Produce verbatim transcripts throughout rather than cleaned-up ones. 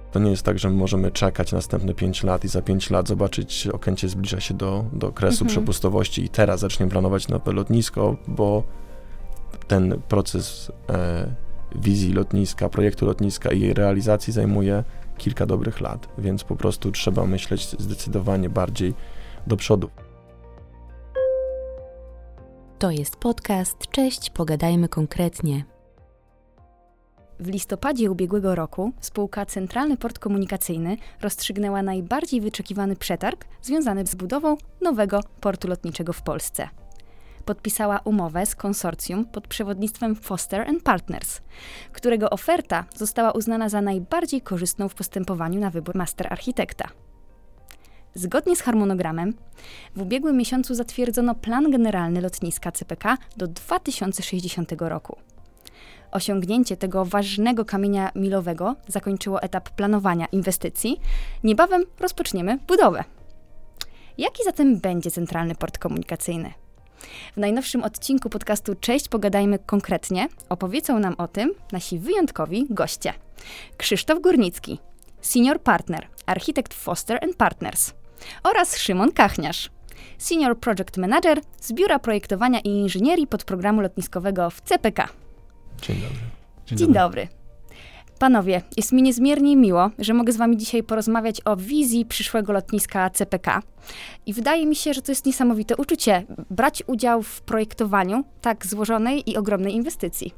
To nie jest tak, że możemy czekać następne pięć lat i za pięć lat zobaczyć, Okęcie zbliża się do, do kresu mhm. przepustowości i teraz zaczniemy planować nowe lotnisko, bo ten proces e, wizji lotniska, projektu lotniska i jej realizacji zajmuje kilka dobrych lat, więc po prostu trzeba myśleć zdecydowanie bardziej do przodu. To jest podcast Cześć, pogadajmy konkretnie. W listopadzie ubiegłego roku spółka Centralny Port Komunikacyjny rozstrzygnęła najbardziej wyczekiwany przetarg związany z budową nowego portu lotniczego w Polsce. Podpisała umowę z konsorcjum pod przewodnictwem Foster and Partners, którego oferta została uznana za najbardziej korzystną w postępowaniu na wybór master architekta. Zgodnie z harmonogramem w ubiegłym miesiącu zatwierdzono plan generalny lotniska C P K do dwa tysiące sześćdziesiątego roku. Osiągnięcie tego ważnego kamienia milowego zakończyło etap planowania inwestycji. Niebawem rozpoczniemy budowę. Jaki zatem będzie Centralny Port Komunikacyjny? W najnowszym odcinku podcastu Cześć, pogadajmy konkretnie opowiedzą nam o tym nasi wyjątkowi goście. Krzysztof Górnicki, senior partner, architekt Foster and Partners oraz Szymon Kachniarz, senior project manager z Biura Projektowania i Inżynierii Podprogramu Lotniskowego w C P K. Dzień dobry. Dzień, Dzień dobry. dobry. Panowie, jest mi niezmiernie miło, że mogę z wami dzisiaj porozmawiać o wizji przyszłego lotniska C P K. I wydaje mi się, że to jest niesamowite uczucie brać udział w projektowaniu tak złożonej i ogromnej inwestycji.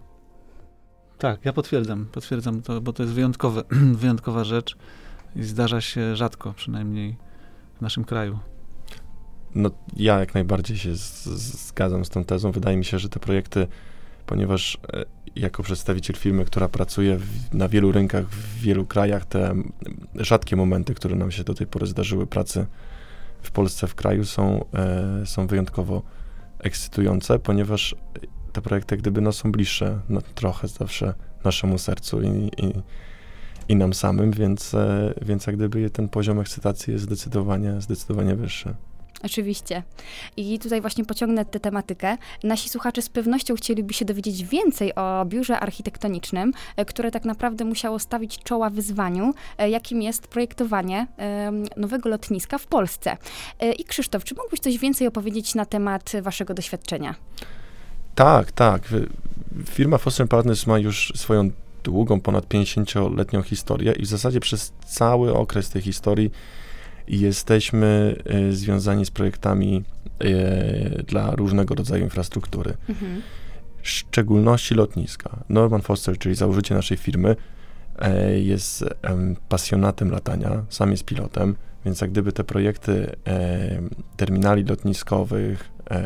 Tak, ja potwierdzam, potwierdzam to, bo to jest wyjątkowe, wyjątkowa rzecz i zdarza się rzadko, przynajmniej w naszym kraju. No, ja jak najbardziej się z, z, zgadzam z tą tezą. Wydaje mi się, że te projekty, ponieważ e, jako przedstawiciel firmy, która pracuje w, na wielu rynkach, w wielu krajach, te rzadkie momenty, które nam się do tej pory zdarzyły pracy w Polsce, w kraju, są, e, są wyjątkowo ekscytujące, ponieważ te projekty jak gdyby no, są bliższe no, trochę zawsze naszemu sercu i, i, i nam samym, więc, e, więc jak gdyby ten poziom ekscytacji jest zdecydowanie, zdecydowanie wyższy. Oczywiście. I tutaj właśnie pociągnę tę tematykę. Nasi słuchacze z pewnością chcieliby się dowiedzieć więcej o biurze architektonicznym, które tak naprawdę musiało stawić czoła wyzwaniu, jakim jest projektowanie nowego lotniska w Polsce. I Krzysztof, czy mógłbyś coś więcej opowiedzieć na temat waszego doświadczenia? Tak, tak. Firma Foster Partners ma już swoją długą, ponad pięćdziesięcioletnią historię i w zasadzie przez cały okres tej historii jesteśmy y, związani z projektami y, dla różnego rodzaju infrastruktury. Mhm. W szczególności lotniska. Norman Foster, czyli założyciel naszej firmy, y, jest y, pasjonatem latania, sam jest pilotem, więc jak gdyby te projekty y, terminali lotniskowych,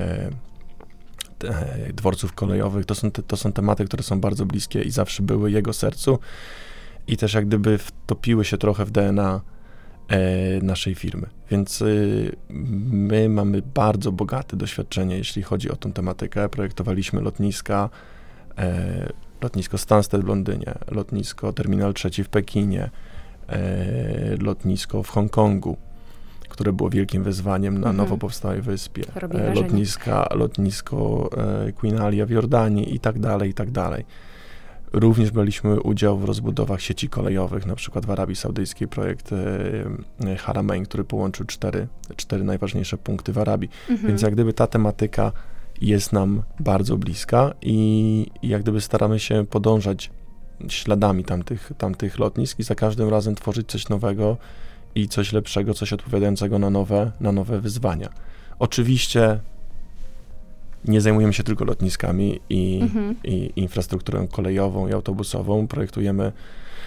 y, y, dworców kolejowych, to są, te, to są tematy, które są bardzo bliskie i zawsze były jego sercu i też jak gdyby wtopiły się trochę w D N A naszej firmy. Więc y, my mamy bardzo bogate doświadczenie, jeśli chodzi o tą tematykę. Projektowaliśmy lotniska, e, lotnisko Stansted w Londynie, lotnisko Terminal trzeci w Pekinie, e, lotnisko w Hongkongu, które było wielkim wyzwaniem na mhm. nowo powstałej wyspie. E, lotniska, lotnisko e, Queen Alia w Jordanii i tak dalej, i tak dalej. Również braliśmy udział w rozbudowach sieci kolejowych, na przykład w Arabii Saudyjskiej projekt e, Haramain, który połączył cztery, cztery najważniejsze punkty w Arabii. Mhm. Więc jak gdyby ta tematyka jest nam bardzo bliska i, i jak gdyby staramy się podążać śladami tamtych, tamtych lotnisk i za każdym razem tworzyć coś nowego i coś lepszego, coś odpowiadającego na nowe, na nowe wyzwania. Oczywiście nie zajmujemy się tylko lotniskami i, mhm. i infrastrukturą kolejową i autobusową. Projektujemy y,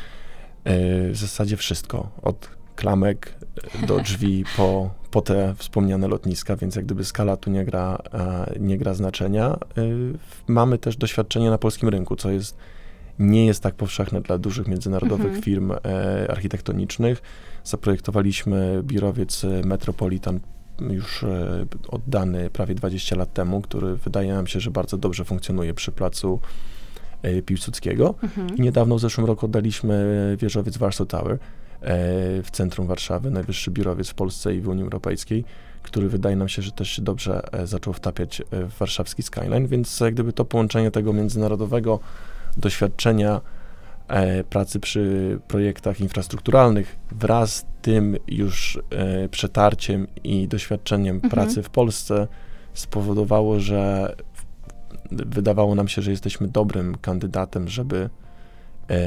w zasadzie wszystko, od klamek do drzwi po, po te wspomniane lotniska, więc jak gdyby skala tu nie gra, a, nie gra znaczenia. Y, mamy też doświadczenie na polskim rynku, co jest, nie jest tak powszechne dla dużych międzynarodowych mhm. firm e, architektonicznych. Zaprojektowaliśmy biurowiec Metropolitan już e, oddany prawie dwadzieścia lat temu, który wydaje nam się, że bardzo dobrze funkcjonuje przy placu e, Piłsudskiego. Mhm. I niedawno w zeszłym roku oddaliśmy wieżowiec Warsaw Tower e, w centrum Warszawy, najwyższy biurowiec w Polsce i w Unii Europejskiej, który wydaje nam się, że też się dobrze e, zaczął wtapiać w warszawski skyline, więc jak gdyby to połączenie tego międzynarodowego doświadczenia e, pracy przy projektach infrastrukturalnych wraz z tym już e, przetarciem i doświadczeniem Mhm. pracy w Polsce spowodowało, że wydawało nam się, że jesteśmy dobrym kandydatem, żeby, e,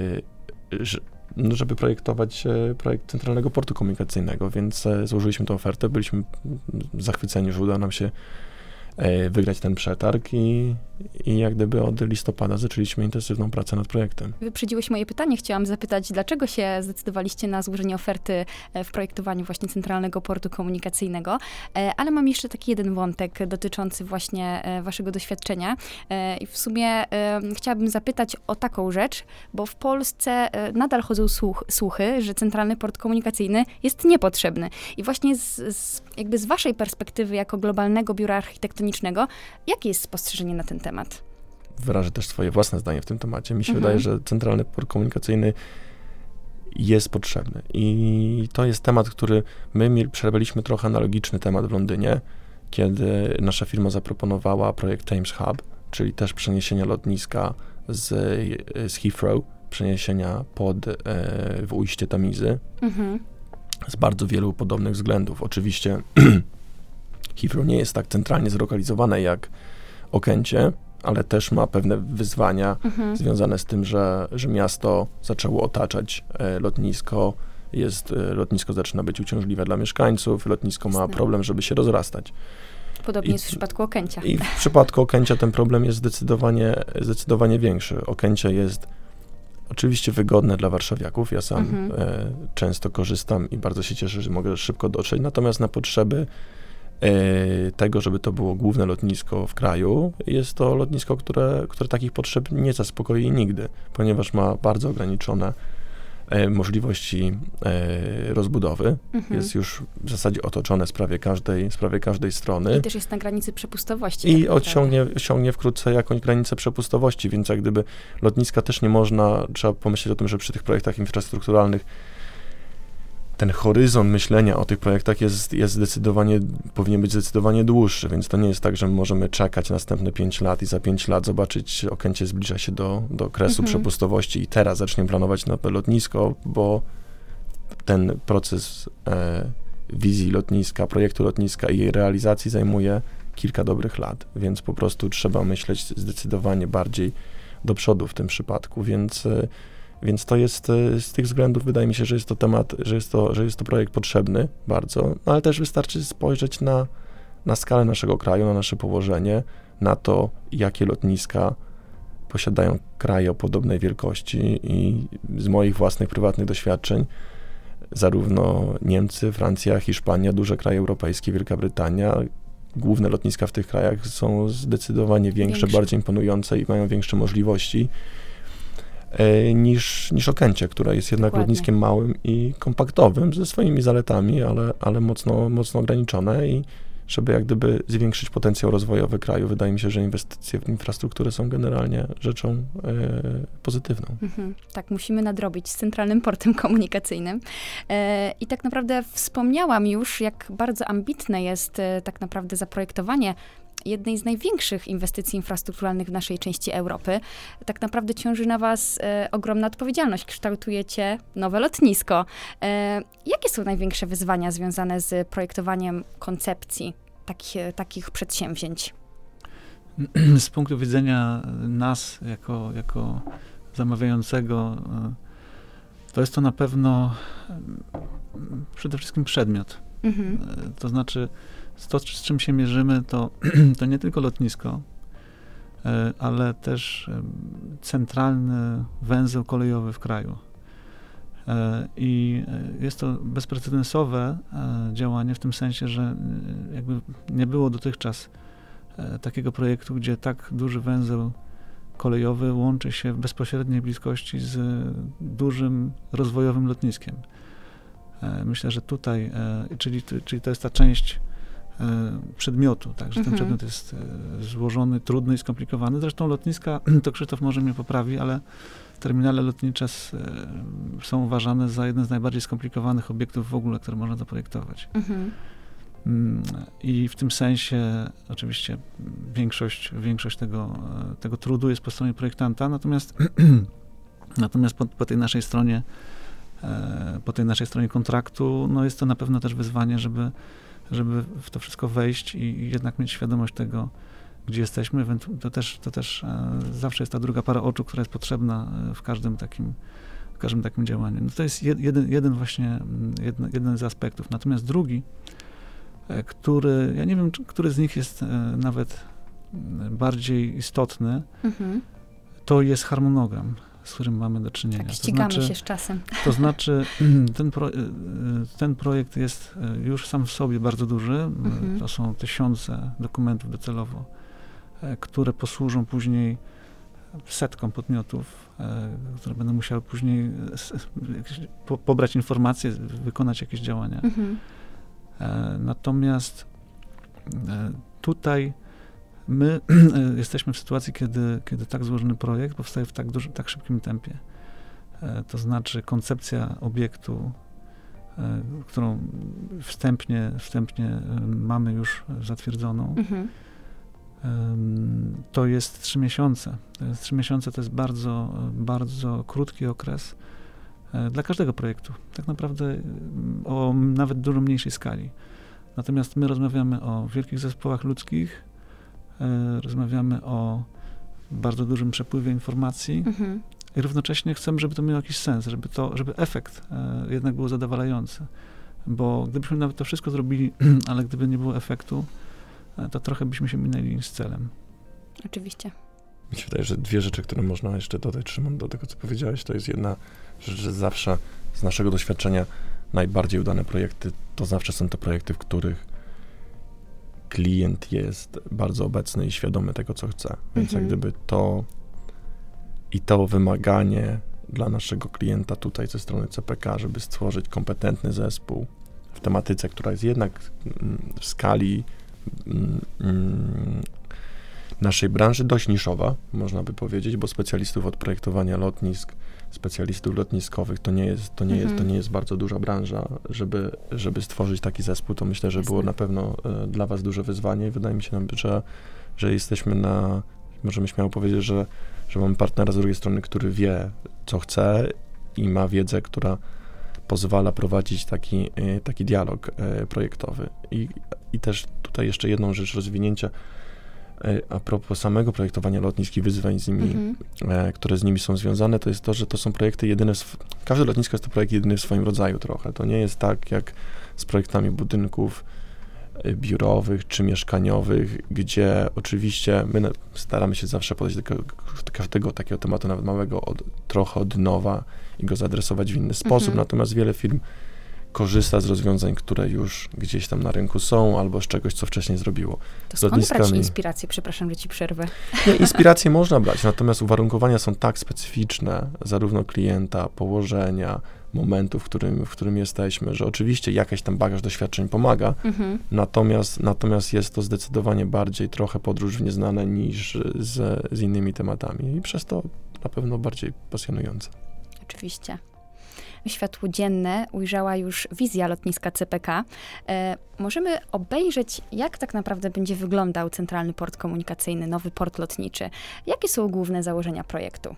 że, no, żeby projektować e, projekt Centralnego Portu Komunikacyjnego, więc e, złożyliśmy tę ofertę, byliśmy zachwyceni, że uda nam się e, wygrać ten przetarg i, i jak gdyby od listopada zaczęliśmy intensywną pracę nad projektem. Wyprzedziłeś moje pytanie. Chciałam zapytać, dlaczego się zdecydowaliście na złożenie oferty e, w projektowaniu właśnie Centralnego Portu Komunikacyjnego, E, ale mam jeszcze taki jeden wątek dotyczący właśnie e, waszego doświadczenia. E, I w sumie e, chciałabym zapytać o taką rzecz, bo w Polsce e, nadal chodzą słuch, słuchy, że Centralny Port Komunikacyjny jest niepotrzebny. I właśnie z, z, jakby z waszej perspektywy jako globalnego biura architektonicznego, jakie jest spostrzeżenie na ten temat? Wyrażę też swoje własne zdanie w tym temacie. Mi się Mhm. wydaje, że Centralny Port Komunikacyjny jest potrzebny. I to jest temat, który my mieli, przerobiliśmy trochę analogiczny temat w Londynie, kiedy nasza firma zaproponowała projekt Thames Hub, czyli też przeniesienia lotniska z, z Heathrow, przeniesienia pod e, w ujście Tamizy, Mhm. z bardzo wielu podobnych względów. Oczywiście Heathrow nie jest tak centralnie zlokalizowane jak Okęcie, ale też ma pewne wyzwania Mhm. związane z tym, że, że miasto zaczęło otaczać e, lotnisko, jest, e, lotnisko zaczyna być uciążliwe dla mieszkańców, lotnisko ma Jasne. problem, żeby się rozrastać. Podobnie I- jest w przypadku Okęcia. I w przypadku Okęcia ten problem jest zdecydowanie, zdecydowanie większy. Okęcie jest oczywiście wygodne dla warszawiaków, ja sam Mhm. e, często korzystam i bardzo się cieszę, że mogę szybko dotrzeć, natomiast na potrzeby e, tego, żeby to było główne lotnisko w kraju, jest to lotnisko, które, które takich potrzeb nie zaspokoi nigdy, ponieważ ma bardzo ograniczone e, możliwości e, rozbudowy. Mhm. Jest już w zasadzie otoczone z prawie każdej, z prawie każdej strony. I też jest na granicy przepustowości. I tak naprawdę. osiągnie, osiągnie wkrótce jakąś granicę przepustowości, więc jak gdyby lotniska też nie można, trzeba pomyśleć o tym, że przy tych projektach infrastrukturalnych ten horyzont myślenia o tych projektach jest, jest zdecydowanie, powinien być zdecydowanie dłuższy, więc to nie jest tak, że my możemy czekać następne pięć lat i za pięć lat zobaczyć, Okęcie zbliża się do, do kresu Mhm. przepustowości i teraz zaczniemy planować nowe lotnisko, bo ten proces e, wizji lotniska, projektu lotniska i jej realizacji zajmuje kilka dobrych lat, więc po prostu trzeba myśleć zdecydowanie bardziej do przodu w tym przypadku, więc, e, więc to jest e, z tych względów, wydaje mi się, że jest to temat, że jest to, że jest to projekt potrzebny bardzo, no ale też wystarczy spojrzeć na, na skalę naszego kraju, na nasze położenie, na to, jakie lotniska posiadają kraje o podobnej wielkości i z moich własnych, prywatnych doświadczeń zarówno Niemcy, Francja, Hiszpania, duże kraje europejskie, Wielka Brytania, główne lotniska w tych krajach są zdecydowanie większe, Większe. bardziej imponujące i mają większe możliwości e, niż, niż Okęcie, które jest jednak Dokładnie. lotniskiem małym i kompaktowym, ze swoimi zaletami, ale, ale mocno, mocno ograniczone i żeby jak gdyby zwiększyć potencjał rozwojowy kraju, wydaje mi się, że inwestycje w infrastrukturę są generalnie rzeczą e, pozytywną. Mhm. Tak, musimy nadrobić z Centralnym Portem Komunikacyjnym. E, I tak naprawdę wspomniałam już, jak bardzo ambitne jest e, tak naprawdę zaprojektowanie jednej z największych inwestycji infrastrukturalnych w naszej części Europy. Tak naprawdę ciąży na was e, ogromna odpowiedzialność. Kształtujecie nowe lotnisko. E, jakie są największe wyzwania związane z projektowaniem koncepcji takich, takich przedsięwzięć? Z punktu widzenia nas, jako, jako zamawiającego, y, to jest to na pewno y, przede wszystkim przedmiot. Mhm. Y, To znaczy, to, z czym się mierzymy, to, to nie tylko lotnisko, y, ale też y, centralny węzeł kolejowy w kraju. Y, I y, jest to bezprecedensowe y, działanie w tym sensie, że y, jakby nie było dotychczas y, takiego projektu, gdzie tak duży węzeł kolejowy łączy się w bezpośredniej bliskości z dużym rozwojowym lotniskiem. Y, Myślę, że tutaj, y, czyli, czyli to jest ta część y, przedmiotu, tak, że ten Mhm. przedmiot jest y, złożony, trudny i skomplikowany. Zresztą lotniska, to Krzysztof może mnie poprawi, ale terminale lotnicze s- y, są uważane za jeden z najbardziej skomplikowanych obiektów w ogóle, które można zaprojektować. Mhm. Mm, I w tym sensie oczywiście większość, większość tego, e, tego trudu jest po stronie projektanta, natomiast Natomiast po, po tej naszej stronie, e, po tej naszej stronie kontraktu, no jest to na pewno też wyzwanie, żeby, żeby w to wszystko wejść i, i jednak mieć świadomość tego, gdzie jesteśmy. To też, to też e, zawsze jest ta druga para oczu, która jest potrzebna w każdym takim, w każdym takim działaniu. No to jest jed, jeden, jeden właśnie, jeden, jeden z aspektów. Natomiast drugi, e, który, ja nie wiem, czy, który z nich jest e, nawet bardziej istotny, mhm. to jest harmonogram, z którym mamy do czynienia. Tak, ścigamy to znaczy, się z czasem. To znaczy, ten, pro, ten projekt jest już sam w sobie bardzo duży. Mhm. To są tysiące dokumentów docelowo, które posłużą później setkom podmiotów, które będą musiały później po, pobrać informacje, wykonać jakieś działania. Mhm. Natomiast tutaj my jesteśmy w sytuacji, kiedy, kiedy tak złożony projekt powstaje w tak, duży, tak szybkim tempie. To znaczy koncepcja obiektu, którą wstępnie, wstępnie mamy już zatwierdzoną, mhm. to jest trzy miesiące. To jest trzy miesiące to jest bardzo, bardzo krótki okres dla każdego projektu. Tak naprawdę o nawet dużo mniejszej skali. Natomiast my rozmawiamy o wielkich zespołach ludzkich, rozmawiamy o bardzo dużym przepływie informacji mhm. i równocześnie chcemy, żeby to miało jakiś sens, żeby to, żeby efekt jednak był zadowalający. Bo gdybyśmy nawet to wszystko zrobili, ale gdyby nie było efektu, to trochę byśmy się minęli z celem. Oczywiście. Mi się wydaje, że dwie rzeczy, które można jeszcze dodać, Szymon, do tego, co powiedziałeś, to jest jedna rzecz, że zawsze z naszego doświadczenia najbardziej udane projekty, to zawsze są te projekty, w których klient jest bardzo obecny i świadomy tego, co chce. Więc mhm. jak gdyby to i to wymaganie dla naszego klienta tutaj ze strony C P K, żeby stworzyć kompetentny zespół w tematyce, która jest jednak w skali naszej branży dość niszowa, można by powiedzieć, bo specjalistów od projektowania lotnisk, specjalistów lotniskowych to nie jest, to nie mhm. jest, to nie jest bardzo duża branża, żeby, żeby stworzyć taki zespół, to myślę, że Jasne. było na pewno e, dla was duże wyzwanie i wydaje mi się, że, że jesteśmy na, możemy śmiało powiedzieć, że, że mamy partnera z drugiej strony, który wie, co chce i ma wiedzę, która pozwala prowadzić taki, e, taki dialog e, projektowy. I, I też tutaj jeszcze jedną rzecz rozwinięcia a propos samego projektowania lotnisk i wyzwań z nimi, mhm. e, które z nimi są związane, to jest to, że to są projekty jedyne, w, każde lotnisko jest to projekt jedyny w swoim rodzaju trochę. To nie jest tak jak z projektami budynków e, biurowych czy mieszkaniowych, gdzie oczywiście my na, staramy się zawsze podejść do każdego takiego tematu, nawet małego, od, trochę od nowa i go zaadresować w inny sposób, mhm. natomiast wiele firm korzysta z rozwiązań, które już gdzieś tam na rynku są, albo z czegoś, co wcześniej zrobiło. To skąd lotniskami... brać inspirację? Przepraszam, że ci przerwę. Nie, inspiracje można brać, natomiast uwarunkowania są tak specyficzne, zarówno klienta, położenia, momentu, w którym, w którym jesteśmy, że oczywiście jakaś tam bagaż doświadczeń pomaga, mhm. natomiast, natomiast jest to zdecydowanie bardziej trochę podróż w nieznane niż z, z innymi tematami i przez to na pewno bardziej pasjonujące. Oczywiście. Światło dzienne ujrzała już wizja lotniska C P K. E, możemy obejrzeć, jak tak naprawdę będzie wyglądał Centralny Port Komunikacyjny, nowy port lotniczy. Jakie są główne założenia projektu?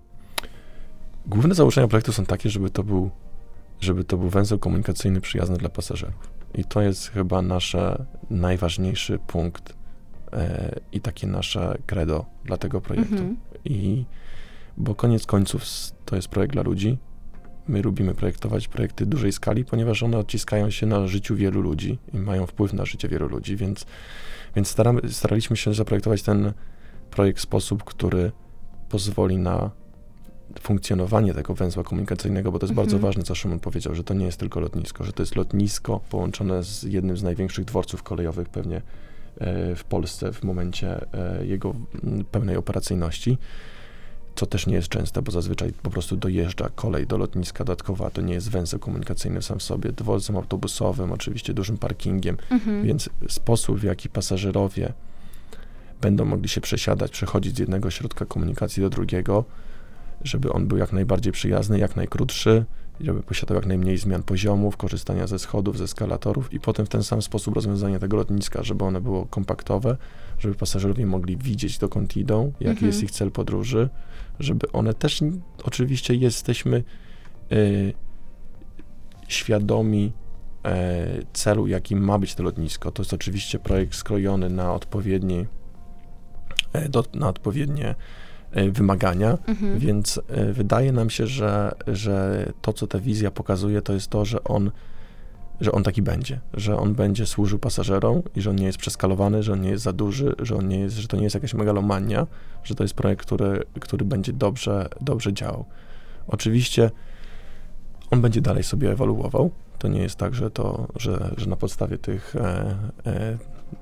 Główne założenia projektu są takie, żeby to był, żeby to był węzeł komunikacyjny przyjazny dla pasażerów. I to jest chyba nasz najważniejszy punkt e, i takie nasze credo dla tego projektu. Mhm. I bo koniec końców to jest projekt dla ludzi. My lubimy projektować projekty dużej skali, ponieważ one odciskają się na życiu wielu ludzi i mają wpływ na życie wielu ludzi, więc, więc staramy, staraliśmy się zaprojektować ten projekt w sposób, który pozwoli na funkcjonowanie tego węzła komunikacyjnego, bo to jest mhm. bardzo ważne, co Szymon powiedział, że to nie jest tylko lotnisko, że to jest lotnisko połączone z jednym z największych dworców kolejowych pewnie e, w Polsce w momencie e, jego pełnej operacyjności. Co też nie jest częste, bo zazwyczaj po prostu dojeżdża kolej do lotniska dodatkowo, a to nie jest węzeł komunikacyjny sam w sobie, dworcem autobusowym, oczywiście dużym parkingiem, mhm. więc sposób, w jaki pasażerowie będą mogli się przesiadać, przechodzić z jednego środka komunikacji do drugiego, żeby on był jak najbardziej przyjazny, jak najkrótszy żeby posiadał jak najmniej zmian poziomów, korzystania ze schodów, ze eskalatorów i potem w ten sam sposób rozwiązanie tego lotniska, żeby one było kompaktowe, żeby pasażerowie mogli widzieć, dokąd idą, jaki Mhm. jest ich cel podróży, żeby one też, oczywiście jesteśmy y, świadomi y, celu, jakim ma być to lotnisko. To jest oczywiście projekt skrojony na odpowiedni, y, do, na odpowiednie y, wymagania, Mhm. więc y, wydaje nam się, że, że to, co ta wizja pokazuje, to jest to, że on, że on taki będzie, że on będzie służył pasażerom i że on nie jest przeskalowany, że on nie jest za duży, że on nie jest, że to nie jest jakaś megalomania, że to jest projekt, który, który będzie dobrze, dobrze działał. Oczywiście on będzie dalej sobie ewoluował. To nie jest tak, że to, że, że na podstawie tych e, e,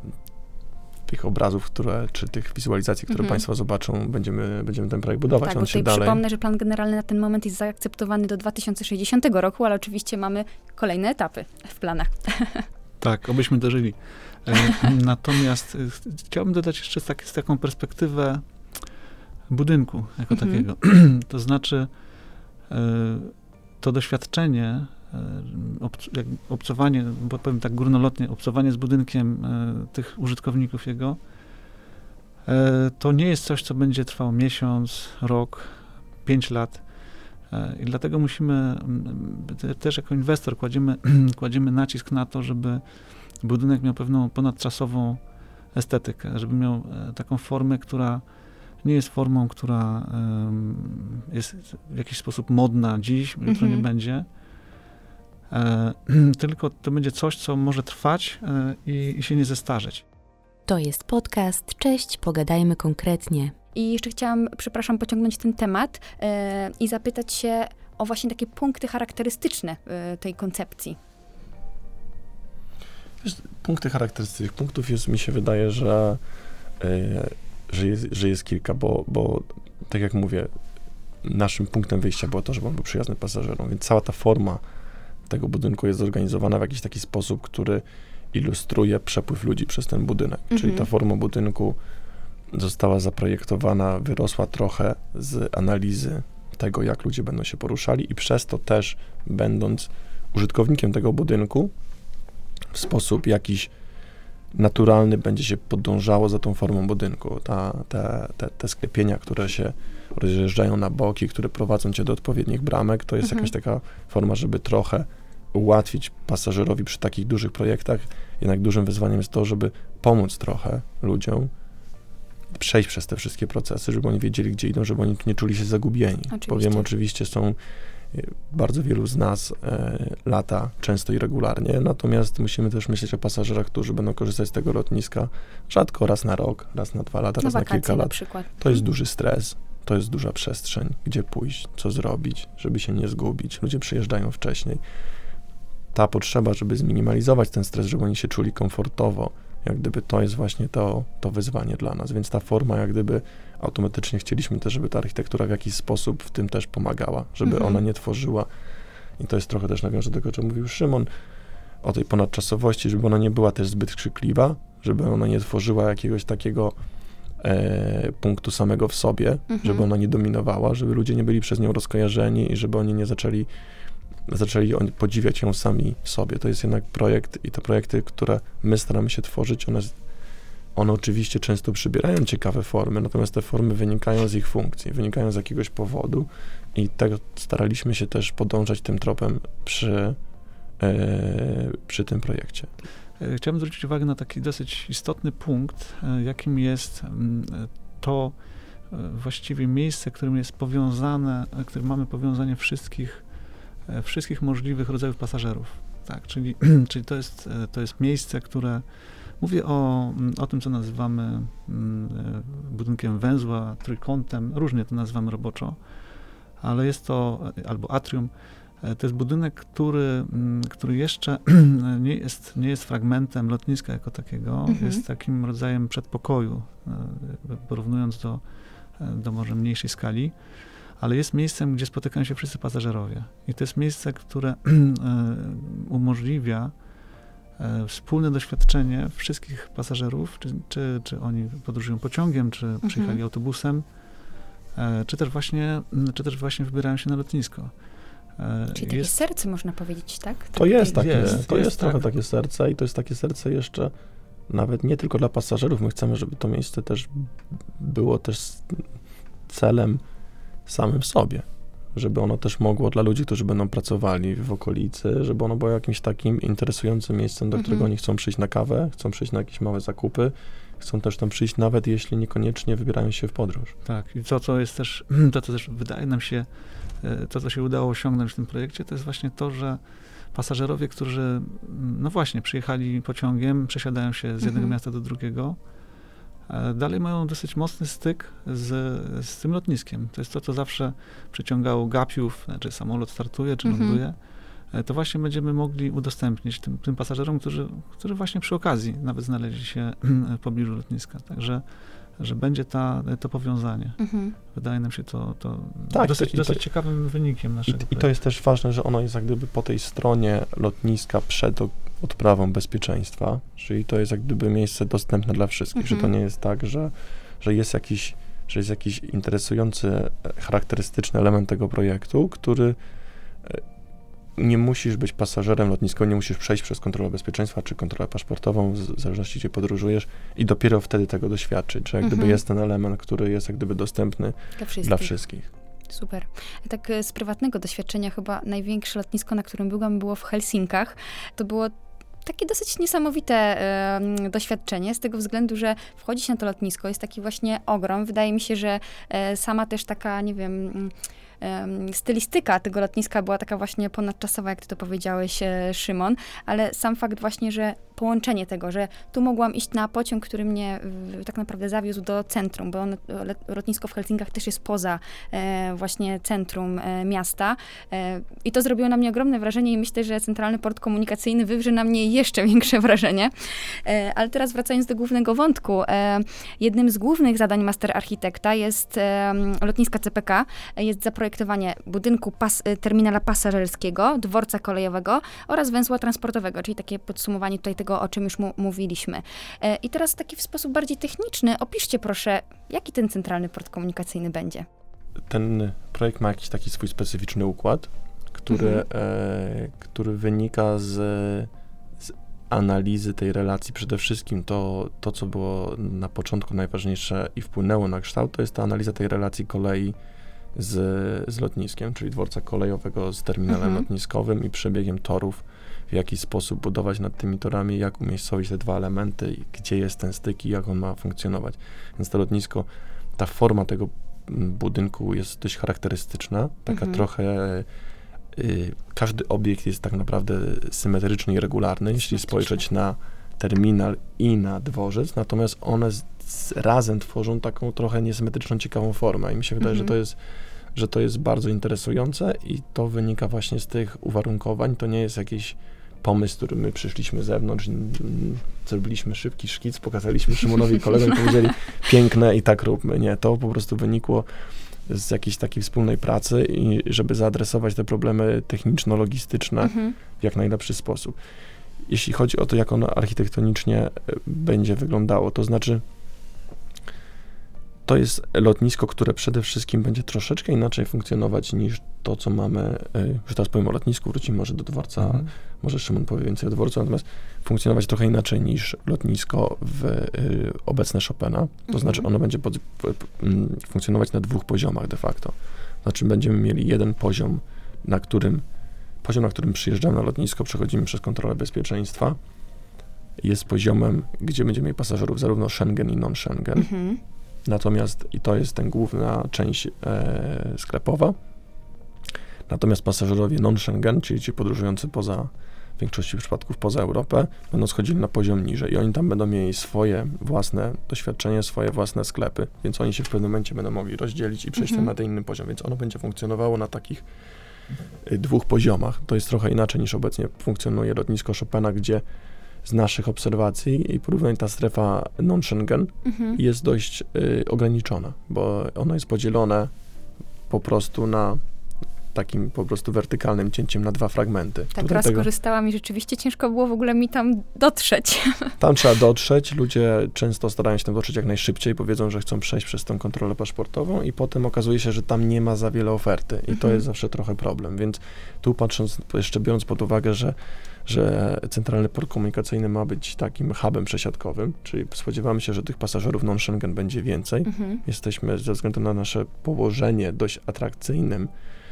tych obrazów, które, czy tych wizualizacji, które Mhm. Państwo zobaczą, będziemy, będziemy ten projekt budować. Tak, On bo się tutaj dalej... przypomnę, że plan generalny na ten moment jest zaakceptowany do dwa tysiące sześćdziesiątego roku, ale oczywiście mamy kolejne etapy w planach. Tak, obyśmy dożyli. E, Natomiast e, ch- chciałbym dodać jeszcze tak, z taką perspektywę budynku jako Mhm. takiego. To znaczy e, to doświadczenie, e, obc- jak obcowanie, bo powiem tak górnolotnie, obcowanie z budynkiem e, tych użytkowników jego, e, to nie jest coś, co będzie trwało miesiąc, rok, pięć lat. E, I dlatego musimy, mm, te- też jako inwestor kładziemy, kładziemy nacisk na to, żeby budynek miał pewną ponadczasową estetykę, żeby miał e, taką formę, która nie jest formą, która em, jest w jakiś sposób modna dziś, jutro Mhm. nie będzie, e, tylko to będzie coś, co może trwać e, i, i się nie zestarzeć. To jest podcast Cześć, pogadajmy konkretnie. I jeszcze chciałam, przepraszam, pociągnąć ten temat e, i zapytać się o właśnie takie punkty charakterystyczne e, tej koncepcji. Wiesz, punkty charakterystycznych punktów jest, mi się wydaje, że, y, że, jest, że jest kilka, bo, bo tak jak mówię, naszym punktem wyjścia było to, żeby on był przyjazny pasażerom, więc cała ta forma tego budynku jest zorganizowana w jakiś taki sposób, który ilustruje przepływ ludzi przez ten budynek. Mhm. Czyli ta forma budynku została zaprojektowana, wyrosła trochę z analizy tego, jak ludzie będą się poruszali i przez to też, będąc użytkownikiem tego budynku, w sposób jakiś naturalny będzie się podążało za tą formą budynku. Ta, te, te, te sklepienia, które się rozjeżdżają na boki, które prowadzą cię do odpowiednich bramek, to jest Mhm. jakaś taka forma, żeby trochę ułatwić pasażerowi przy takich dużych projektach. Jednak dużym wyzwaniem jest to, żeby pomóc trochę ludziom przejść przez te wszystkie procesy, żeby oni wiedzieli, gdzie idą, żeby oni nie czuli się zagubieni. Oczywiście. Bowiem oczywiście są bardzo wielu z nas e, lata często i regularnie, natomiast musimy też myśleć o pasażerach, którzy będą korzystać z tego lotniska rzadko, raz na rok, raz na dwa lata, Na raz na wakacje kilka na lat. przykład. To jest duży stres, to jest duża przestrzeń, gdzie pójść, co zrobić, żeby się nie zgubić. Ludzie przyjeżdżają wcześniej. Ta potrzeba, żeby zminimalizować ten stres, żeby oni się czuli komfortowo, jak gdyby to jest właśnie to, to wyzwanie dla nas. Więc ta forma, jak gdyby automatycznie chcieliśmy też, żeby ta architektura w jakiś sposób w tym też pomagała, żeby Mhm. ona nie tworzyła, i to jest trochę też nawiąże do tego, o czym mówił Szymon, o tej ponadczasowości, żeby ona nie była też zbyt krzykliwa, żeby ona nie tworzyła jakiegoś takiego e, punktu samego w sobie, Mhm. żeby ona nie dominowała, żeby ludzie nie byli przez nią rozkojarzeni i żeby oni nie zaczęli zaczęli oni podziwiać ją sami w sobie. To jest jednak projekt i te projekty, które my staramy się tworzyć, one, one oczywiście często przybierają ciekawe formy, natomiast te formy wynikają z ich funkcji, wynikają z jakiegoś powodu i tego staraliśmy się też podążać tym tropem przy, e, przy tym projekcie. E, Chciałbym zwrócić uwagę na taki dosyć istotny punkt, e, jakim jest mm, e, to e, właściwie miejsce, którym jest powiązane, e, którym mamy powiązanie wszystkich, e, wszystkich możliwych rodzajów pasażerów. Tak, czyli, czyli to jest, e, to jest miejsce, które, mówię o, o tym, co nazywamy mm, e, budynkiem węzła, trójkątem, różnie to nazywamy roboczo, ale jest to, e, albo atrium. To jest budynek, który, mm, który jeszcze nie jest, nie jest fragmentem lotniska jako takiego, Mhm. jest takim rodzajem przedpokoju, e, jakby porównując do, e, do może mniejszej skali, ale jest miejscem, gdzie spotykają się wszyscy pasażerowie. I to jest miejsce, które e, umożliwia e, wspólne doświadczenie wszystkich pasażerów, czy, czy, czy oni podróżują pociągiem, czy przyjechali autobusem, e, czy też właśnie, czy też właśnie wybierają się na lotnisko. Czyli takie jest, serce, można powiedzieć, tak? To jest takie, jest, to jest, jest trochę tak. takie serce i to jest takie serce jeszcze nawet nie tylko dla pasażerów. My chcemy, żeby to miejsce też było też celem samym w sobie. Żeby ono też mogło dla ludzi, którzy będą pracowali w okolicy, żeby ono było jakimś takim interesującym miejscem, do którego Mhm. oni chcą przyjść na kawę, chcą przyjść na jakieś małe zakupy, chcą też tam przyjść, nawet jeśli niekoniecznie wybierają się w podróż. Tak, i to, co jest też, to, co też wydaje nam się, to, co się udało osiągnąć w tym projekcie, to jest właśnie to, że pasażerowie, którzy, no właśnie, przyjechali pociągiem, przesiadają się z jednego Mhm. miasta do drugiego, dalej mają dosyć mocny styk z, z tym lotniskiem. To jest to, co zawsze przyciągało gapiów, czy samolot startuje, czy Mhm. ląduje. To właśnie będziemy mogli udostępnić tym, tym pasażerom, którzy, którzy właśnie przy okazji nawet znaleźli się w pobliżu lotniska. Także, że będzie ta, to powiązanie. Mhm. Wydaje nam się to, to Tak, dosyć, to- i dosyć to- ciekawym wynikiem I, naszego I to projektu. jest też ważne, że ono jest jak gdyby po tej stronie lotniska przed o- odprawą bezpieczeństwa, czyli to jest jak gdyby miejsce dostępne dla wszystkich, Mhm. że to nie jest tak, że, że jest jakiś, że jest jakiś interesujący, e, charakterystyczny element tego projektu, który e, nie musisz być pasażerem lotniskowym, nie musisz przejść przez kontrolę bezpieczeństwa czy kontrolę paszportową, w z- zależności gdzie podróżujesz i dopiero wtedy tego doświadczyć, że jak gdyby Mhm. jest ten element, który jest jak gdyby dostępny Dla wszystkich. dla wszystkich. Super. Tak e, z prywatnego doświadczenia chyba największe lotnisko, na którym byłam, było w Helsinkach. To było takie dosyć niesamowite e, doświadczenie, z tego względu, że wchodzi się na to lotnisko, jest taki właśnie ogrom. Wydaje mi się, że e, sama też taka, nie wiem, mm, em, stylistyka tego lotniska była taka właśnie ponadczasowa, jak ty to powiedziałeś, e, Szymon, ale sam fakt właśnie, że połączenie tego, że tu mogłam iść na pociąg, który mnie w, tak naprawdę zawiózł do centrum, bo on, le- lotnisko w Helsinkach też jest poza e, właśnie centrum e, miasta e, i to zrobiło na mnie ogromne wrażenie i myślę, że Centralny Port Komunikacyjny wywrze na mnie jeszcze większe wrażenie. E, ale teraz wracając do głównego wątku, e, jednym z głównych zadań master architekta jest e, lotniska C P K, jest zaprojektowanie budynku pas, terminala pasażerskiego, dworca kolejowego oraz węzła transportowego, czyli takie podsumowanie tutaj tego, o czym już mu, mówiliśmy. E, I teraz taki w sposób bardziej techniczny, opiszcie proszę, jaki ten Centralny Port Komunikacyjny będzie. Ten projekt ma jakiś taki swój specyficzny układ, który, Mhm. e, który wynika z, z analizy tej relacji. Przede wszystkim to, to, co było na początku najważniejsze i wpłynęło na kształt, to jest ta analiza tej relacji kolei z, z lotniskiem, czyli dworca kolejowego z terminalem Mhm. lotniskowym i przebiegiem torów, w jaki sposób budować nad tymi torami, jak umiejscowić te dwa elementy, i gdzie jest ten styk i jak on ma funkcjonować. Więc to lotnisko, ta forma tego budynku jest dość charakterystyczna, taka Mhm. trochę, y, każdy obiekt jest tak naprawdę symetryczny i regularny, jeśli Symetryczny. spojrzeć na terminal i na dworzec, natomiast one z, z, razem tworzą taką trochę niesymetryczną, ciekawą formę i mi się wydaje, Mhm. że to jest że to jest bardzo interesujące i to wynika właśnie z tych uwarunkowań, to nie jest jakiś pomysł, który my przyszliśmy z zewnątrz, n- n- zrobiliśmy szybki szkic, pokazaliśmy Szymonowi i kolegom i powiedzieli piękne i tak róbmy. Nie, to po prostu wynikło z jakiejś takiej wspólnej pracy i żeby zaadresować te problemy techniczno-logistyczne Mhm. w jak najlepszy sposób. Jeśli chodzi o to, jak ono architektonicznie e, będzie wyglądało, to znaczy to jest lotnisko, które przede wszystkim będzie troszeczkę inaczej funkcjonować niż to, co mamy, e, już teraz powiem o lotnisku, wrócimy może do dworca, Mhm. może Szymon powie więcej o dworcu, natomiast funkcjonować trochę inaczej niż lotnisko w y, obecne Chopina. To Mhm. znaczy ono będzie pod, p- p- m, funkcjonować na dwóch poziomach de facto. Znaczy będziemy mieli jeden poziom, na którym poziom, na którym przyjeżdżamy na lotnisko, przechodzimy przez kontrolę bezpieczeństwa. Jest poziomem, gdzie będziemy mieli pasażerów zarówno Schengen i non-Schengen. Mhm. Natomiast, i to jest ten główna część e, sklepowa, natomiast pasażerowie non-Schengen, czyli ci podróżujący poza, w większości przypadków poza Europę, będą schodzili na poziom niżej i oni tam będą mieli swoje własne doświadczenie, swoje własne sklepy, więc oni się w pewnym momencie będą mogli rozdzielić i przejść Mhm. tam na ten inny poziom, więc ono będzie funkcjonowało na takich y, dwóch poziomach. To jest trochę inaczej niż obecnie funkcjonuje lotnisko Chopina, gdzie z naszych obserwacji i porównań ta strefa non-Schengen Mhm. jest dość y, ograniczona, bo ono jest podzielone po prostu na takim po prostu wertykalnym cięciem na dwa fragmenty. Tak, Tutaj raz tego, korzystałam i rzeczywiście ciężko było w ogóle mi tam dotrzeć. tam trzeba dotrzeć, ludzie często starają się tam dotrzeć jak najszybciej, powiedzą, że chcą przejść przez tą kontrolę paszportową i potem okazuje się, że tam nie ma za wiele oferty i to Mhm. jest zawsze trochę problem, więc tu patrząc, jeszcze biorąc pod uwagę, że że Centralny Port Komunikacyjny ma być takim hubem przesiadkowym, czyli spodziewamy się, że tych pasażerów non-Schengen będzie więcej. Mhm. Jesteśmy ze względu na nasze położenie dość atrakcyjnym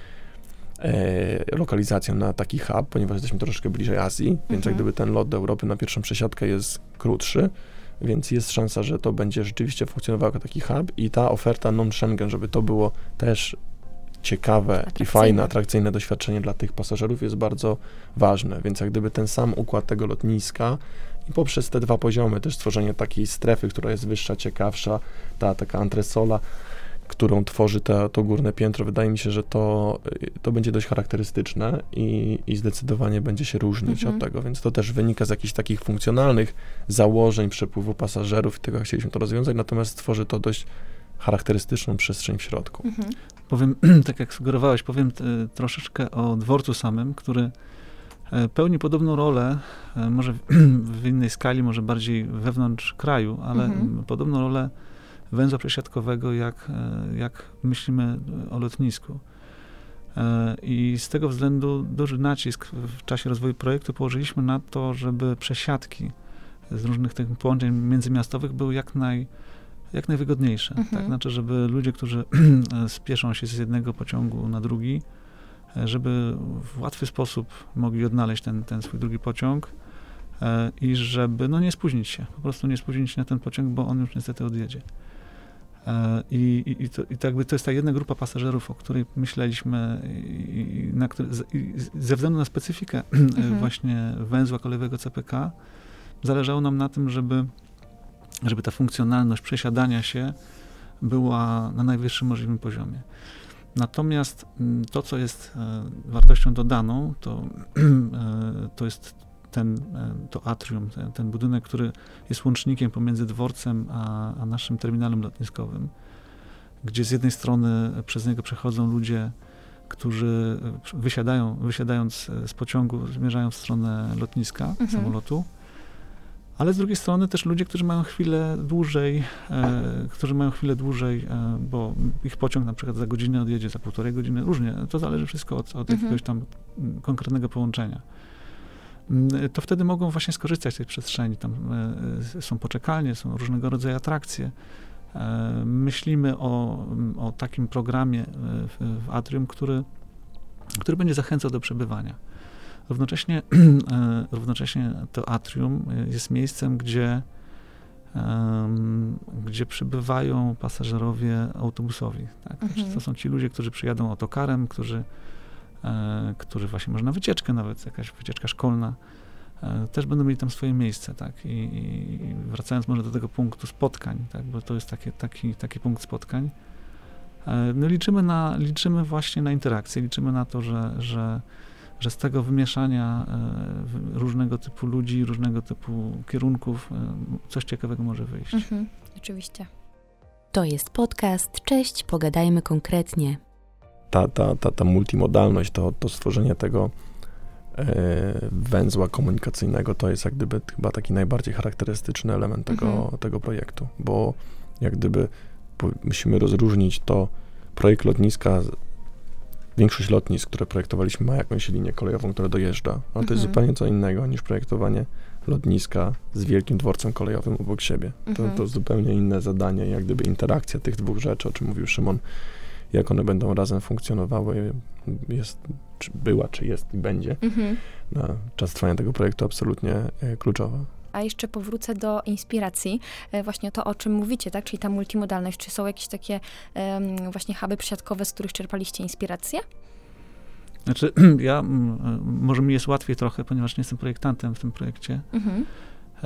e, lokalizacją na taki hub, ponieważ jesteśmy troszeczkę bliżej Azji, więc Mhm. jak gdyby ten lot do Europy na pierwszą przesiadkę jest krótszy, więc jest szansa, że to będzie rzeczywiście funkcjonował jako taki hub i ta oferta non-Schengen, żeby to było też ciekawe i Atrakcyjne. fajne, atrakcyjne doświadczenie dla tych pasażerów jest bardzo ważne, więc jak gdyby ten sam układ tego lotniska i poprzez te dwa poziomy też stworzenie takiej strefy, która jest wyższa, ciekawsza, ta taka antresola, którą tworzy ta, to górne piętro, wydaje mi się, że to, to będzie dość charakterystyczne i, i zdecydowanie będzie się różnić Mhm. od tego, więc to też wynika z jakichś takich funkcjonalnych założeń przepływu pasażerów i tego, jak chcieliśmy to rozwiązać, natomiast stworzy to dość charakterystyczną przestrzeń w środku. Mhm. Powiem, tak jak sugerowałeś, powiem t, troszeczkę o dworcu samym, który e, pełni podobną rolę, e, może w, w innej skali, może bardziej wewnątrz kraju, ale Mhm. m, podobną rolę węzła przesiadkowego, jak, e, jak myślimy o lotnisku. E, I z tego względu duży nacisk w czasie rozwoju projektu położyliśmy na to, żeby przesiadki z różnych tych połączeń międzymiastowych były jak naj jak najwygodniejsze. Mhm. Tak? Znaczy, żeby ludzie, którzy spieszą się z jednego pociągu na drugi, żeby w łatwy sposób mogli odnaleźć ten, ten swój drugi pociąg e, i żeby no, nie spóźnić się, po prostu nie spóźnić się na ten pociąg, bo on już niestety odjedzie. E, I, i, i, to, i to jakby to jest ta jedna grupa pasażerów, o której myśleliśmy i, i, na który, i ze względu na specyfikę Mhm. właśnie węzła kolejowego C P K zależało nam na tym, żeby żeby ta funkcjonalność przesiadania się była na najwyższym możliwym poziomie. Natomiast mm, to, co jest e, wartością dodaną, to, e, to jest ten, e, to atrium, ten, ten budynek, który jest łącznikiem pomiędzy dworcem a, a naszym terminalem lotniskowym, gdzie z jednej strony przez niego przechodzą ludzie, którzy wysiadają, wysiadając z pociągu, zmierzają w stronę lotniska, Mhm. samolotu, ale z drugiej strony też ludzie, którzy mają chwilę dłużej, e, którzy mają chwilę dłużej, e, bo ich pociąg na przykład za godzinę odjedzie, za półtorej godziny, różnie, to zależy wszystko od, od Mhm. jakiegoś tam mm, konkretnego połączenia. Mm, To wtedy mogą właśnie skorzystać z tej przestrzeni. Tam e, są poczekalnie, są różnego rodzaju atrakcje. E, myślimy o, o takim programie e, w, w Atrium, który, który będzie zachęcał do przebywania. Równocześnie, e, równocześnie to atrium jest miejscem, gdzie, um, gdzie przybywają pasażerowie autobusowi. Tak? Mhm. To są ci ludzie, którzy przyjadą autokarem, którzy, e, którzy właśnie może na wycieczkę nawet, jakaś wycieczka szkolna, e, też będą mieli tam swoje miejsce. Tak? I, i wracając może do tego punktu spotkań, tak? Bo to jest takie, taki, taki punkt spotkań, e, no liczymy, na, liczymy właśnie na interakcję, liczymy na to, że, że że z tego wymieszania e, różnego typu ludzi, różnego typu kierunków e, coś ciekawego może wyjść. Mhm. Oczywiście. To jest podcast Cześć, pogadajmy konkretnie. Ta, ta, ta, ta multimodalność, to, to stworzenie tego e, węzła komunikacyjnego, to jest jak gdyby chyba taki najbardziej charakterystyczny element tego, Mhm. tego projektu, bo jak gdyby po, musimy rozróżnić to projekt lotniska. Większość lotnisk, które projektowaliśmy, ma jakąś linię kolejową, która dojeżdża, ale to jest Mhm. zupełnie co innego niż projektowanie lotniska z wielkim dworcem kolejowym obok siebie. To, Mhm. to zupełnie inne zadanie, jak gdyby interakcja tych dwóch rzeczy, o czym mówił Szymon, jak one będą razem funkcjonowały, jest, czy była, czy jest i będzie Mhm. na czas trwania tego projektu absolutnie e, kluczowa. A jeszcze powrócę do inspiracji, e, właśnie to, o czym mówicie, tak? Czyli ta multimodalność. Czy są jakieś takie em, właśnie huby przesiadkowe, z których czerpaliście inspirację? Znaczy, ja, m, może mi jest łatwiej trochę, ponieważ nie jestem projektantem w tym projekcie. Mhm. E,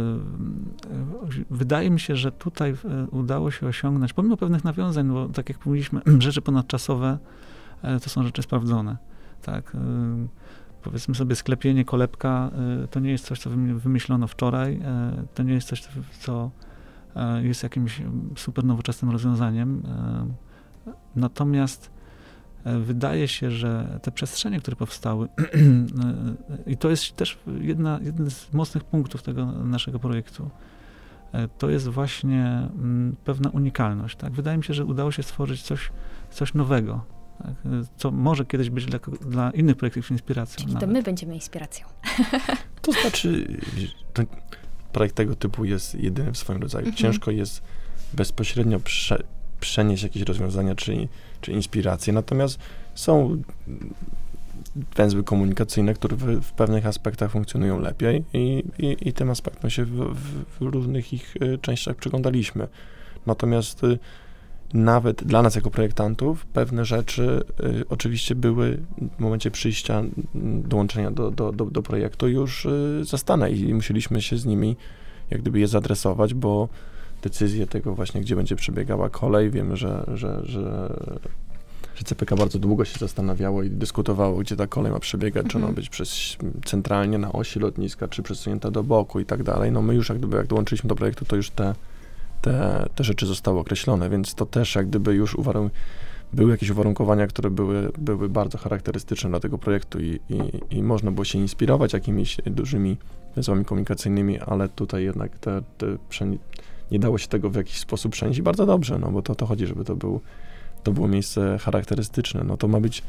Wydaje mi się, że tutaj e, udało się osiągnąć, pomimo pewnych nawiązań, bo tak jak mówiliśmy, rzeczy ponadczasowe e, to są rzeczy sprawdzone. Tak? E, Powiedzmy sobie, sklepienie kolebka e, to nie jest coś, co wymi- wymyślono wczoraj, e, to nie jest coś, co e, jest jakimś super nowoczesnym rozwiązaniem. E, Natomiast wydaje się, że te przestrzenie, które powstały i to jest też jedna, jeden z mocnych punktów tego naszego projektu, to jest właśnie pewna unikalność. Tak? Wydaje mi się, że udało się stworzyć coś, coś nowego, tak? Co może kiedyś być dla, dla innych projektów inspiracją. Czyli nawet. to my będziemy inspiracją. To znaczy, ten projekt tego typu jest jedyny w swoim rodzaju. Mhm. Ciężko jest bezpośrednio prze, przenieść jakieś rozwiązania czy, czy inspiracje, natomiast są węzły komunikacyjne, które w, w pewnych aspektach funkcjonują lepiej i, i, i tym aspektom się w, w, w różnych ich y, częściach przyglądaliśmy. Natomiast y, nawet dla nas jako projektantów pewne rzeczy y, oczywiście były w momencie przyjścia, y, dołączenia do, do, do, do projektu już y, zastane i musieliśmy się z nimi jak gdyby je zadresować, bo decyzje tego właśnie, gdzie będzie przebiegała kolej, wiemy, że, że, że, że C P K bardzo długo się zastanawiało i dyskutowało, gdzie ta kolej ma przebiegać, czy ona ma być przez, centralnie na osi lotniska, czy przesunięta do boku i tak dalej. No my już jak gdyby, jak dołączyliśmy do projektu, to już te, te, te rzeczy zostały określone, więc to też jak gdyby już uwarun- były jakieś uwarunkowania, które były, były bardzo charakterystyczne dla tego projektu i, i, i można było się inspirować jakimiś dużymi węzłami komunikacyjnymi, ale tutaj jednak te, te przeni- nie dało się tego w jakiś sposób przenieść i bardzo dobrze, no bo to o to chodzi, żeby to, był, to było miejsce charakterystyczne. No to ma być,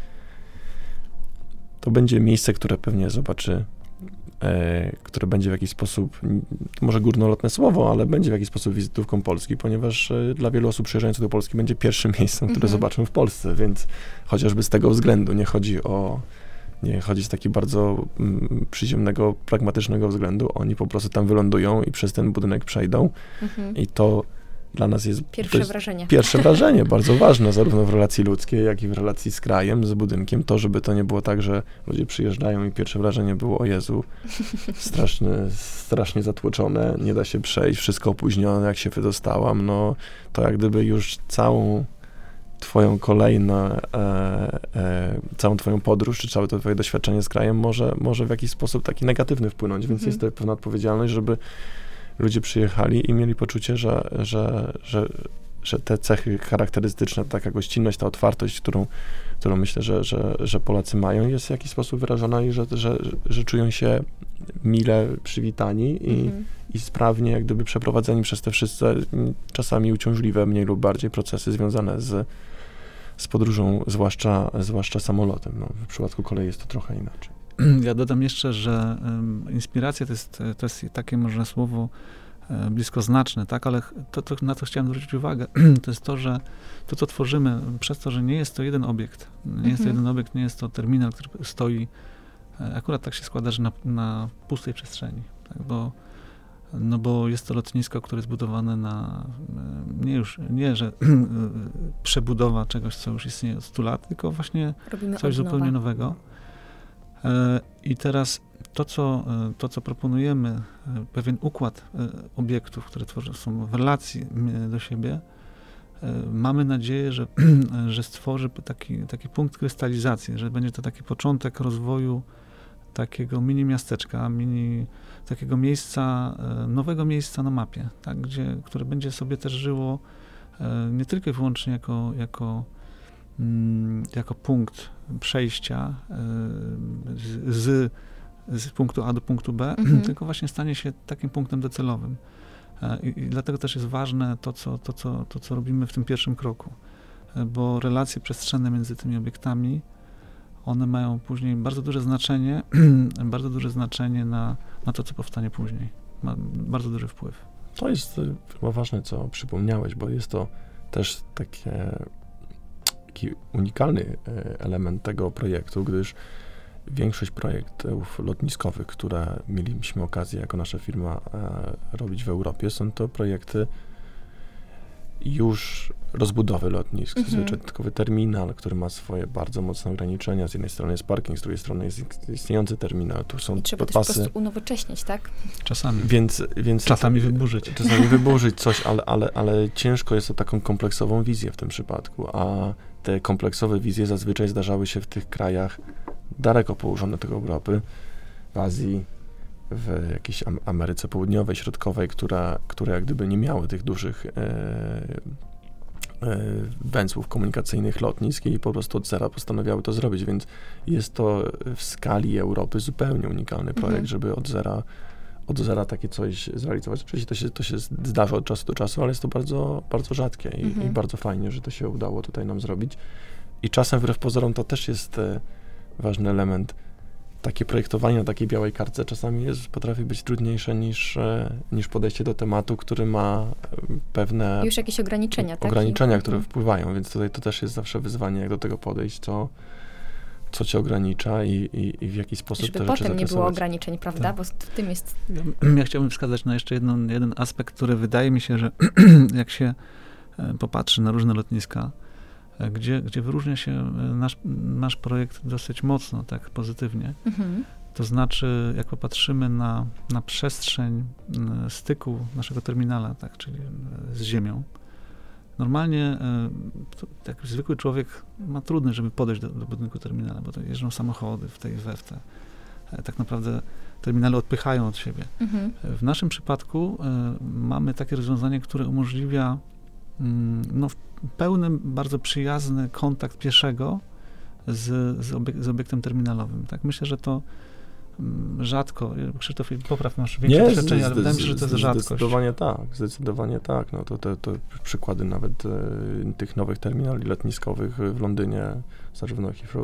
to będzie miejsce, które pewnie zobaczy, e, które będzie w jakiś sposób, może górnolotne słowo, ale będzie w jakiś sposób wizytówką Polski, ponieważ e, dla wielu osób przyjeżdżających do Polski będzie pierwszym miejscem, które Mhm. zobaczą w Polsce, więc chociażby z tego względu nie chodzi o Nie chodzi z takiego bardzo mm, przyziemnego, pragmatycznego względu. Oni po prostu tam wylądują i przez ten budynek przejdą. Mhm. I to dla nas jest, Pierwsze to jest wrażenie. pierwsze wrażenie, bardzo ważne, zarówno w relacji ludzkiej, jak i w relacji z krajem, z budynkiem. To, żeby to nie było tak, że ludzie przyjeżdżają i pierwsze wrażenie było, o Jezu, straszne, strasznie zatłoczone, nie da się przejść, wszystko opóźnione, jak się wydostałam. No, to jak gdyby już całą twoją kolejną, e, e, całą twoją podróż, czy całe to twoje doświadczenie z krajem może, może w jakiś sposób taki negatywny wpłynąć, więc Mhm. jest to pewna odpowiedzialność, żeby ludzie przyjechali i mieli poczucie, że, że, że, że te cechy charakterystyczne, taka gościnność, ta otwartość, którą, którą myślę, że, że, że Polacy mają, jest w jakiś sposób wyrażona i że, że, że czują się mile przywitani i, Mhm. i sprawnie jak gdyby przeprowadzeni przez te wszystkie czasami uciążliwe, mniej lub bardziej procesy związane z, z podróżą, zwłaszcza, zwłaszcza samolotem. No, w przypadku kolei jest to trochę inaczej. Ja dodam jeszcze, że um, inspiracja to jest, to jest takie można słowo um, bliskoznaczne, tak, ale to, to, na co chciałem zwrócić uwagę, to jest to, że to, co tworzymy, przez to, że nie jest to jeden obiekt, nie jest to Mhm. jeden obiekt, nie jest to terminal, który stoi, akurat tak się składa, że na, na pustej przestrzeni, tak, bo no bo jest to lotnisko, które jest budowane na, nie już, nie, że przebudowa czegoś, co już istnieje od stu lat, tylko właśnie Robimy coś od nowa. zupełnie nowego. I teraz to co, to, co proponujemy, pewien układ obiektów, które tworzą, są w relacji do siebie, mamy nadzieję, że, że stworzy taki, taki punkt krystalizacji, że będzie to taki początek rozwoju takiego mini miasteczka, mini, takiego miejsca, nowego miejsca na mapie, tak, gdzie, które będzie sobie też żyło nie tylko i wyłącznie jako, jako, jako punkt przejścia z, z punktu A do punktu B, Mhm. tylko właśnie stanie się takim punktem docelowym. I, i dlatego też jest ważne to co, to, co, to, co robimy w tym pierwszym kroku, bo relacje przestrzenne między tymi obiektami, one mają później bardzo duże znaczenie, bardzo duże znaczenie na, na to, co powstanie później. Ma bardzo duży wpływ. To jest y, chyba ważne, co przypomniałeś, bo jest to też takie, taki unikalny y, element tego projektu, gdyż większość projektów lotniskowych, które mieliśmy okazję jako nasza firma e, robić w Europie, są to projekty już rozbudowy lotnisk, Mhm. zwyczajnikowy terminal, który ma swoje bardzo mocne ograniczenia. Z jednej strony jest parking, z drugiej strony jest istniejący terminal, tu są I trzeba też po podpasy. prostu unowocześnić, tak? Czasami. Więc, więc Czasami wyburzyć. Czasami wyburzyć coś, ale, ale, ale ciężko jest o taką kompleksową wizję w tym przypadku, a te kompleksowe wizje zazwyczaj zdarzały się w tych krajach daleko położone od Europy, w Azji, w jakiejś Am- Ameryce Południowej, Środkowej, która, które jak gdyby nie miały tych dużych, e, węzłów komunikacyjnych lotnisk i po prostu od zera postanowiały to zrobić, więc jest to w skali Europy zupełnie unikalny projekt, mhm. żeby od zera, od zera takie coś zrealizować. Oczywiście to się, to się zdarza od czasu do czasu, ale jest to bardzo, bardzo rzadkie i, mhm. i bardzo fajnie, że to się udało tutaj nam zrobić. I czasem wbrew pozorom to też jest e, ważny element. Takie projektowanie na takiej białej kartce czasami jest, potrafi być trudniejsze niż, e, niż podejście do tematu, który ma pewne... Już jakieś ograniczenia, tak? Ograniczenia, które mhm. wpływają, więc tutaj to też jest zawsze wyzwanie, jak do tego podejść, co, co cię ogranicza i, i, i w jaki sposób żeby te rzeczy potem nie było zarysować. ograniczeń, prawda? Tak. Bo w tym jest... Ja chciałbym wskazać na jeszcze jedną, jeden aspekt, który wydaje mi się, że jak się popatrzy na różne lotniska, gdzie, gdzie wyróżnia się nasz, nasz projekt dosyć mocno, tak pozytywnie. Mhm. To znaczy, jak popatrzymy na, na przestrzeń styku naszego terminala, tak, czyli z ziemią, normalnie to, tak zwykły człowiek ma trudność, żeby podejść do, do budynku terminala, bo to jeżdżą samochody w tej we w te. Tak naprawdę terminale odpychają od siebie. Mhm. W naszym przypadku y, mamy takie rozwiązanie, które umożliwia y, no, pełny, bardzo przyjazny kontakt pieszego z, z, obiek- z obiektem terminalowym. Tak? Myślę, że to y, rzadko, Krzysztof, popraw, masz większe doświadczenie, ale wydaje mi się, że to jest rzadkość. Zdecydowanie tak, zdecydowanie tak. No to, to, to przykłady nawet e, tych nowych terminali lotniskowych w Londynie, zarówno Heathrow,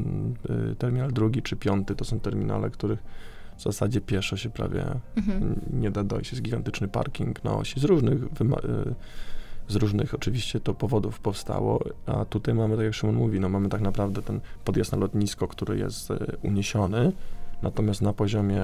e, terminal drugi czy piąty, to są terminale, których w zasadzie pieszo się prawie mhm. nie da dojść. Jest gigantyczny parking na osi z różnych wyma- e, z różnych oczywiście to powodów powstało, a tutaj mamy, tak jak Szymon mówi, no mamy tak naprawdę ten podjazd na lotnisko, który jest e, uniesiony, natomiast na poziomie,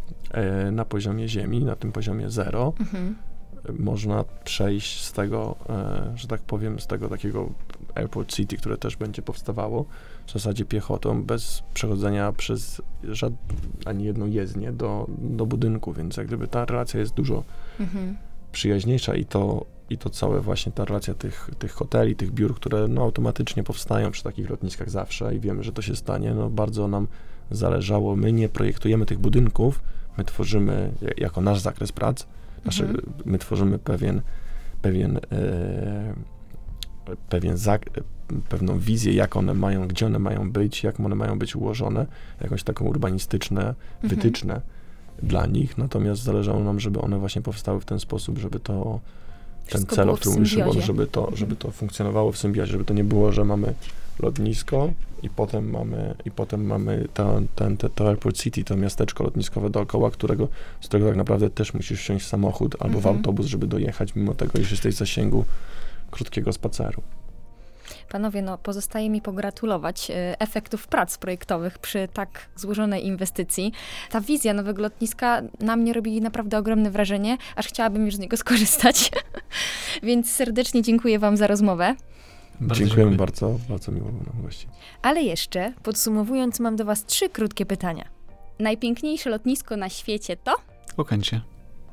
e, na poziomie ziemi, na tym poziomie zero, mhm. e, można przejść z tego, e, że tak powiem, z tego takiego Airport City, które też będzie powstawało, w zasadzie piechotą, bez przechodzenia przez żad, ani jedną jezdnię do, do budynku, więc jak gdyby ta relacja jest dużo mhm. przyjaźniejsza i to I to całe właśnie ta relacja tych, tych hoteli, tych biur, które no, automatycznie powstają przy takich lotniskach zawsze i wiemy, że to się stanie, no bardzo nam zależało. My nie projektujemy tych budynków, my tworzymy jako nasz zakres prac, nasze, mhm. my tworzymy pewien, pewien, e, pewien zak- pewną wizję, jak one mają, gdzie one mają być, jak one mają być ułożone, jakąś taką urbanistyczne mhm. wytyczne dla nich, natomiast zależało nam, żeby one właśnie powstały w ten sposób, żeby to ten cel, o którym mówisz, żeby to, mhm. żeby to funkcjonowało w symbiozie, żeby to nie było, że mamy lotnisko i potem mamy, i potem mamy to, ten, te, to Airport City, to miasteczko lotniskowe dookoła, którego, z którego tak naprawdę też musisz wsiąść w samochód albo mhm. w autobus, żeby dojechać, mimo tego, iż jesteś w zasięgu krótkiego spaceru. Panowie, no pozostaje mi pogratulować e, efektów prac projektowych przy tak złożonej inwestycji. Ta wizja nowego lotniska na mnie robi naprawdę ogromne wrażenie, aż chciałabym już z niego skorzystać. Więc serdecznie dziękuję wam za rozmowę. Bardzo Dziękujemy dziękuję. bardzo, bardzo miło było nam gościć. Ale jeszcze, podsumowując, mam do was trzy krótkie pytania. Najpiękniejsze lotnisko na świecie to? Okęcie.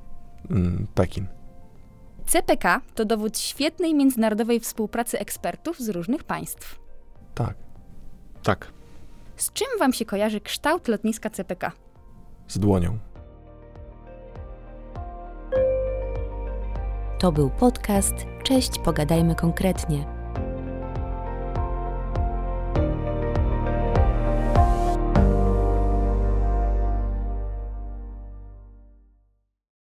Mm, Pekin. C P K to dowód świetnej międzynarodowej współpracy ekspertów z różnych państw. Tak. Tak. Z czym wam się kojarzy kształt lotniska C P K? Z dłonią. To był podcast Cześć, pogadajmy konkretnie.